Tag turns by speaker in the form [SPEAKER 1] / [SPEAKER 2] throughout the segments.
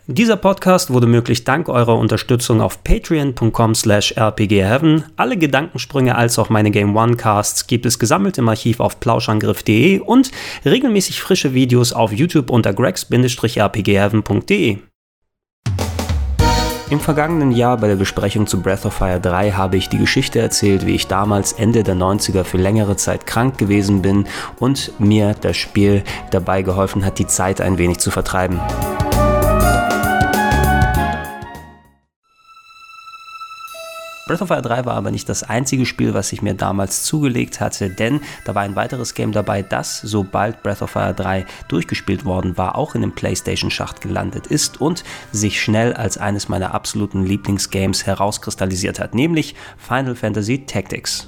[SPEAKER 1] Dieser Podcast wurde möglich dank eurer Unterstützung auf patreon.com/rpgheaven. Alle Gedankensprünge als auch meine Game One Casts gibt es gesammelt im Archiv auf plauschangriff.de und regelmäßig frische Videos auf YouTube unter gregs-rpgheaven.de. Im vergangenen Jahr bei der Besprechung zu Breath of Fire 3 habe ich die Geschichte erzählt, wie ich damals Ende der 90er für längere Zeit krank gewesen bin und mir das Spiel dabei geholfen hat, die Zeit ein wenig zu vertreiben. Breath of Fire 3 war aber nicht das einzige Spiel, was ich mir damals zugelegt hatte, denn da war ein weiteres Game dabei, das, sobald Breath of Fire 3 durchgespielt worden war, auch in dem PlayStation-Schacht gelandet ist und sich schnell als eines meiner absoluten Lieblingsgames herauskristallisiert hat, nämlich Final Fantasy Tactics.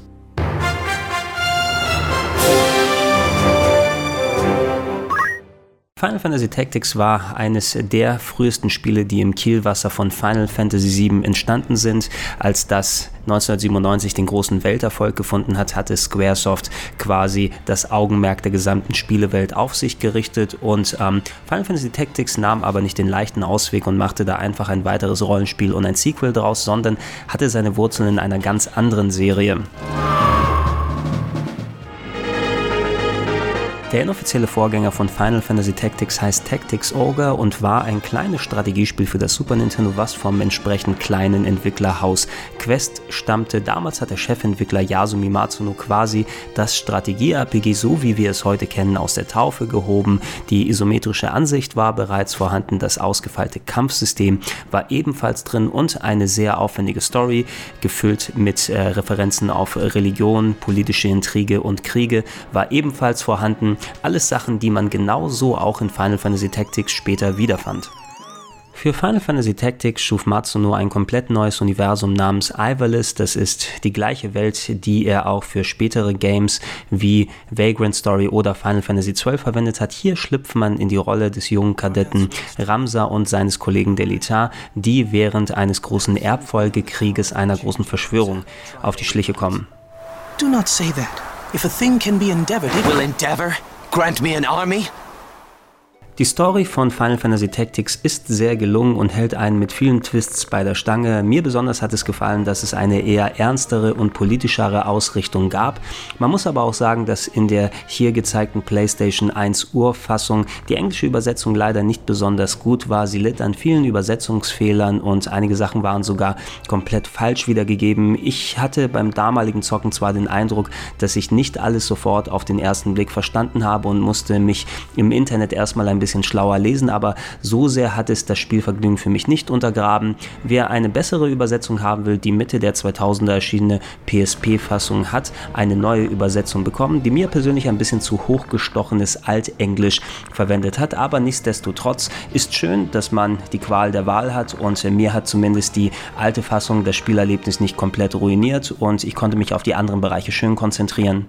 [SPEAKER 1] Final Fantasy Tactics war eines der frühesten Spiele, die im Kielwasser von Final Fantasy VII entstanden sind. Als das 1997 den großen Welterfolg gefunden hat, hatte Squaresoft quasi das Augenmerk der gesamten Spielewelt auf sich gerichtet und Final Fantasy Tactics nahm aber nicht den leichten Ausweg und machte da einfach ein weiteres Rollenspiel und ein Sequel draus, sondern hatte seine Wurzeln in einer ganz anderen Serie. Der inoffizielle Vorgänger von Final Fantasy Tactics heißt Tactics Ogre und war ein kleines Strategiespiel für das Super Nintendo, was vom entsprechend kleinen Entwicklerhaus Quest stammte. Damals hat der Chefentwickler Yasumi Matsuno quasi das Strategie-RPG, so wie wir es heute kennen, aus der Taufe gehoben. Die isometrische Ansicht war bereits vorhanden, das ausgefeilte Kampfsystem war ebenfalls drin und eine sehr aufwendige Story, gefüllt mit Referenzen auf Religion, politische Intrige und Kriege, war ebenfalls vorhanden. Alles Sachen, die man genauso auch in Final Fantasy Tactics später wiederfand. Für Final Fantasy Tactics schuf Matsuno ein komplett neues Universum namens Ivalice. Das ist die gleiche Welt, die er auch für spätere Games wie Vagrant Story oder Final Fantasy XII verwendet hat. Hier schlüpft man in die Rolle des jungen Kadetten Ramsa und seines Kollegen Delitar, die während eines großen Erbfolgekrieges einer großen Verschwörung auf die Schliche kommen.
[SPEAKER 2] Do not say that. If a thing can be endeavored, it will endeavor. Grant me an army.
[SPEAKER 1] Die Story von Final Fantasy Tactics ist sehr gelungen und hält einen mit vielen Twists bei der Stange. Mir besonders hat es gefallen, dass es eine eher ernstere und politischere Ausrichtung gab. Man muss aber auch sagen, dass in der hier gezeigten PlayStation 1 Urfassung die englische Übersetzung leider nicht besonders gut war. Sie litt an vielen Übersetzungsfehlern und einige Sachen waren sogar komplett falsch wiedergegeben. Ich hatte beim damaligen Zocken zwar den Eindruck, dass ich nicht alles sofort auf den ersten Blick verstanden habe und musste mich im Internet erstmal ein bisschen schlauer lesen, aber so sehr hat es das Spielvergnügen für mich nicht untergraben. Wer eine bessere Übersetzung haben will, die Mitte der 2000er erschienene PSP-Fassung hat eine neue Übersetzung bekommen, die mir persönlich ein bisschen zu hochgestochenes Altenglisch verwendet hat, aber nichtsdestotrotz ist schön, dass man die Qual der Wahl hat und mir hat zumindest die alte Fassung das Spielerlebnis nicht komplett ruiniert und ich konnte mich auf die anderen Bereiche schön konzentrieren.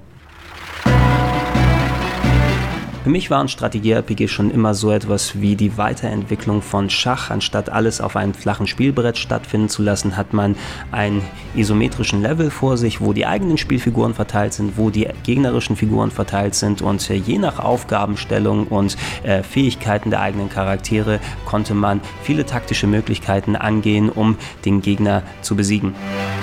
[SPEAKER 1] Für mich waren Strategie-RPG schon immer so etwas wie die Weiterentwicklung von Schach. Anstatt alles auf einem flachen Spielbrett stattfinden zu lassen, hat man einen isometrischen Level vor sich, wo die eigenen Spielfiguren verteilt sind, wo die gegnerischen Figuren verteilt sind und je nach Aufgabenstellung und Fähigkeiten der eigenen Charaktere konnte man viele taktische Möglichkeiten angehen, um den Gegner zu besiegen.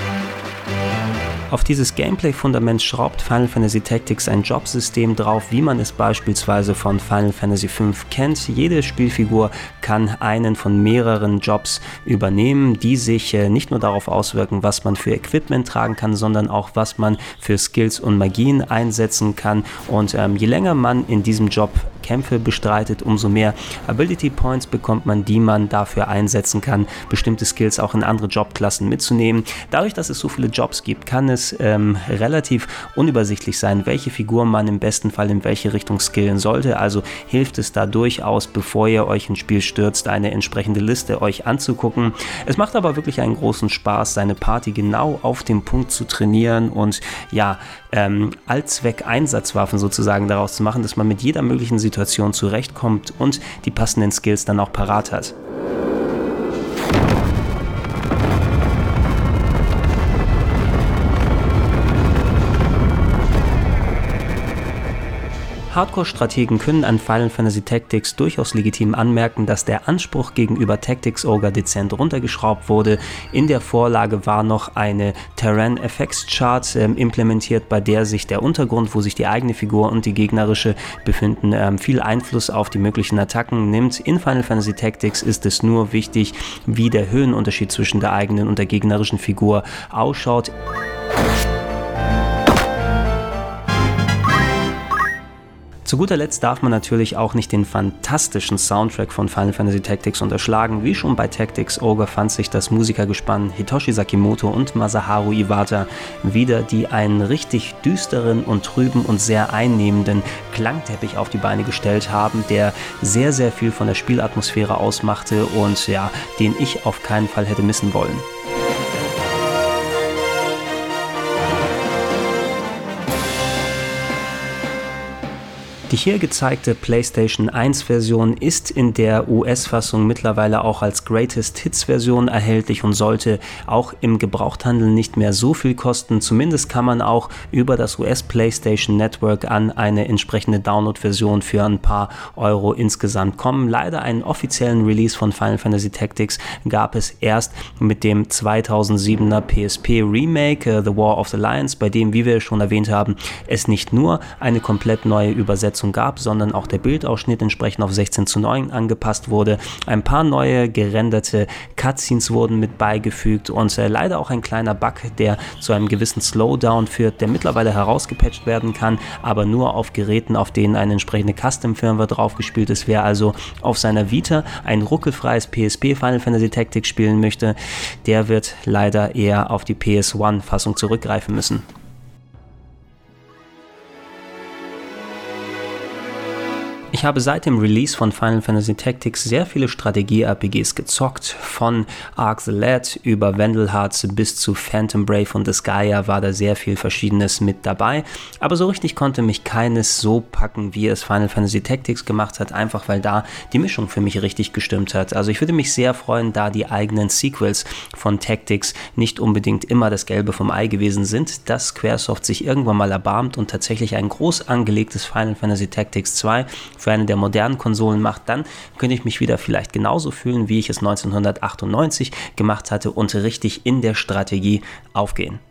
[SPEAKER 1] Auf dieses Gameplay-Fundament schraubt Final Fantasy Tactics ein Jobsystem drauf, wie man es beispielsweise von Final Fantasy V kennt. Jede Spielfigur kann einen von mehreren Jobs übernehmen, die sich nicht nur darauf auswirken, was man für Equipment tragen kann, sondern auch, was man für Skills und Magien einsetzen kann. Und je länger man in diesem Job Kämpfe bestreitet, umso mehr Ability Points bekommt man, die man dafür einsetzen kann, bestimmte Skills auch in andere Jobklassen mitzunehmen. Dadurch, dass es so viele Jobs gibt, kann es relativ unübersichtlich sein, welche Figur man im besten Fall in welche Richtung skillen sollte. Also hilft es da durchaus, bevor ihr euch ins Spiel stürzt, eine entsprechende Liste euch anzugucken. Es macht aber wirklich einen großen Spaß, seine Party genau auf dem Punkt zu trainieren und ja, Allzweck-Einsatzwaffen sozusagen daraus zu machen, dass man mit jeder möglichen Situation zurechtkommt und die passenden Skills dann auch parat hat. Hardcore-Strategen können an Final Fantasy Tactics durchaus legitim anmerken, dass der Anspruch gegenüber Tactics Ogre dezent runtergeschraubt wurde. In der Vorlage war noch eine Terran Effects Chart implementiert, bei der sich der Untergrund, wo sich die eigene Figur und die gegnerische befinden, viel Einfluss auf die möglichen Attacken nimmt. In Final Fantasy Tactics ist es nur wichtig, wie der Höhenunterschied zwischen der eigenen und der gegnerischen Figur ausschaut. Zu guter Letzt darf man natürlich auch nicht den fantastischen Soundtrack von Final Fantasy Tactics unterschlagen. Wie schon bei Tactics Ogre fand sich das Musikergespann Hitoshi Sakimoto und Masaharu Iwata wieder, die einen richtig düsteren und trüben und sehr einnehmenden Klangteppich auf die Beine gestellt haben, der sehr, sehr viel von der Spielatmosphäre ausmachte und ja, den ich auf keinen Fall hätte missen wollen. Die hier gezeigte PlayStation 1 Version ist in der US-Fassung mittlerweile auch als Greatest Hits Version erhältlich und sollte auch im Gebrauchthandel nicht mehr so viel kosten. Zumindest kann man auch über das US PlayStation Network an eine entsprechende Download-Version für ein paar Euro insgesamt kommen. Leider einen offiziellen Release von Final Fantasy Tactics gab es erst mit dem 2007er PSP Remake The War of the Lions, bei dem, wie wir schon erwähnt haben, es nicht nur eine komplett neue Übersetzung gab, sondern auch der Bildausschnitt entsprechend auf 16:9 angepasst wurde. Ein paar neue gerenderte Cutscenes wurden mit beigefügt und leider auch ein kleiner Bug, der zu einem gewissen Slowdown führt, der mittlerweile herausgepatcht werden kann, aber nur auf Geräten, auf denen eine entsprechende Custom-Firmware draufgespielt ist. Wer also auf seiner Vita ein ruckelfreies PSP Final Fantasy Tactics spielen möchte, der wird leider eher auf die PS1-Fassung zurückgreifen müssen. Ich habe seit dem Release von Final Fantasy Tactics sehr viele Strategie-RPGs gezockt, von Arc the Lad über Vandal Hearts bis zu Phantom Brave und Disgaea war da sehr viel Verschiedenes mit dabei, aber so richtig konnte mich keines so packen, wie es Final Fantasy Tactics gemacht hat, einfach weil da die Mischung für mich richtig gestimmt hat. Also ich würde mich sehr freuen, da die eigenen Sequels von Tactics nicht unbedingt immer das Gelbe vom Ei gewesen sind, dass Squaresoft sich irgendwann mal erbarmt und tatsächlich ein groß angelegtes Final Fantasy Tactics 2 für eine der modernen Konsolen macht, dann könnte ich mich wieder vielleicht genauso fühlen, wie ich es 1998 gemacht hatte und richtig in der Strategie aufgehen.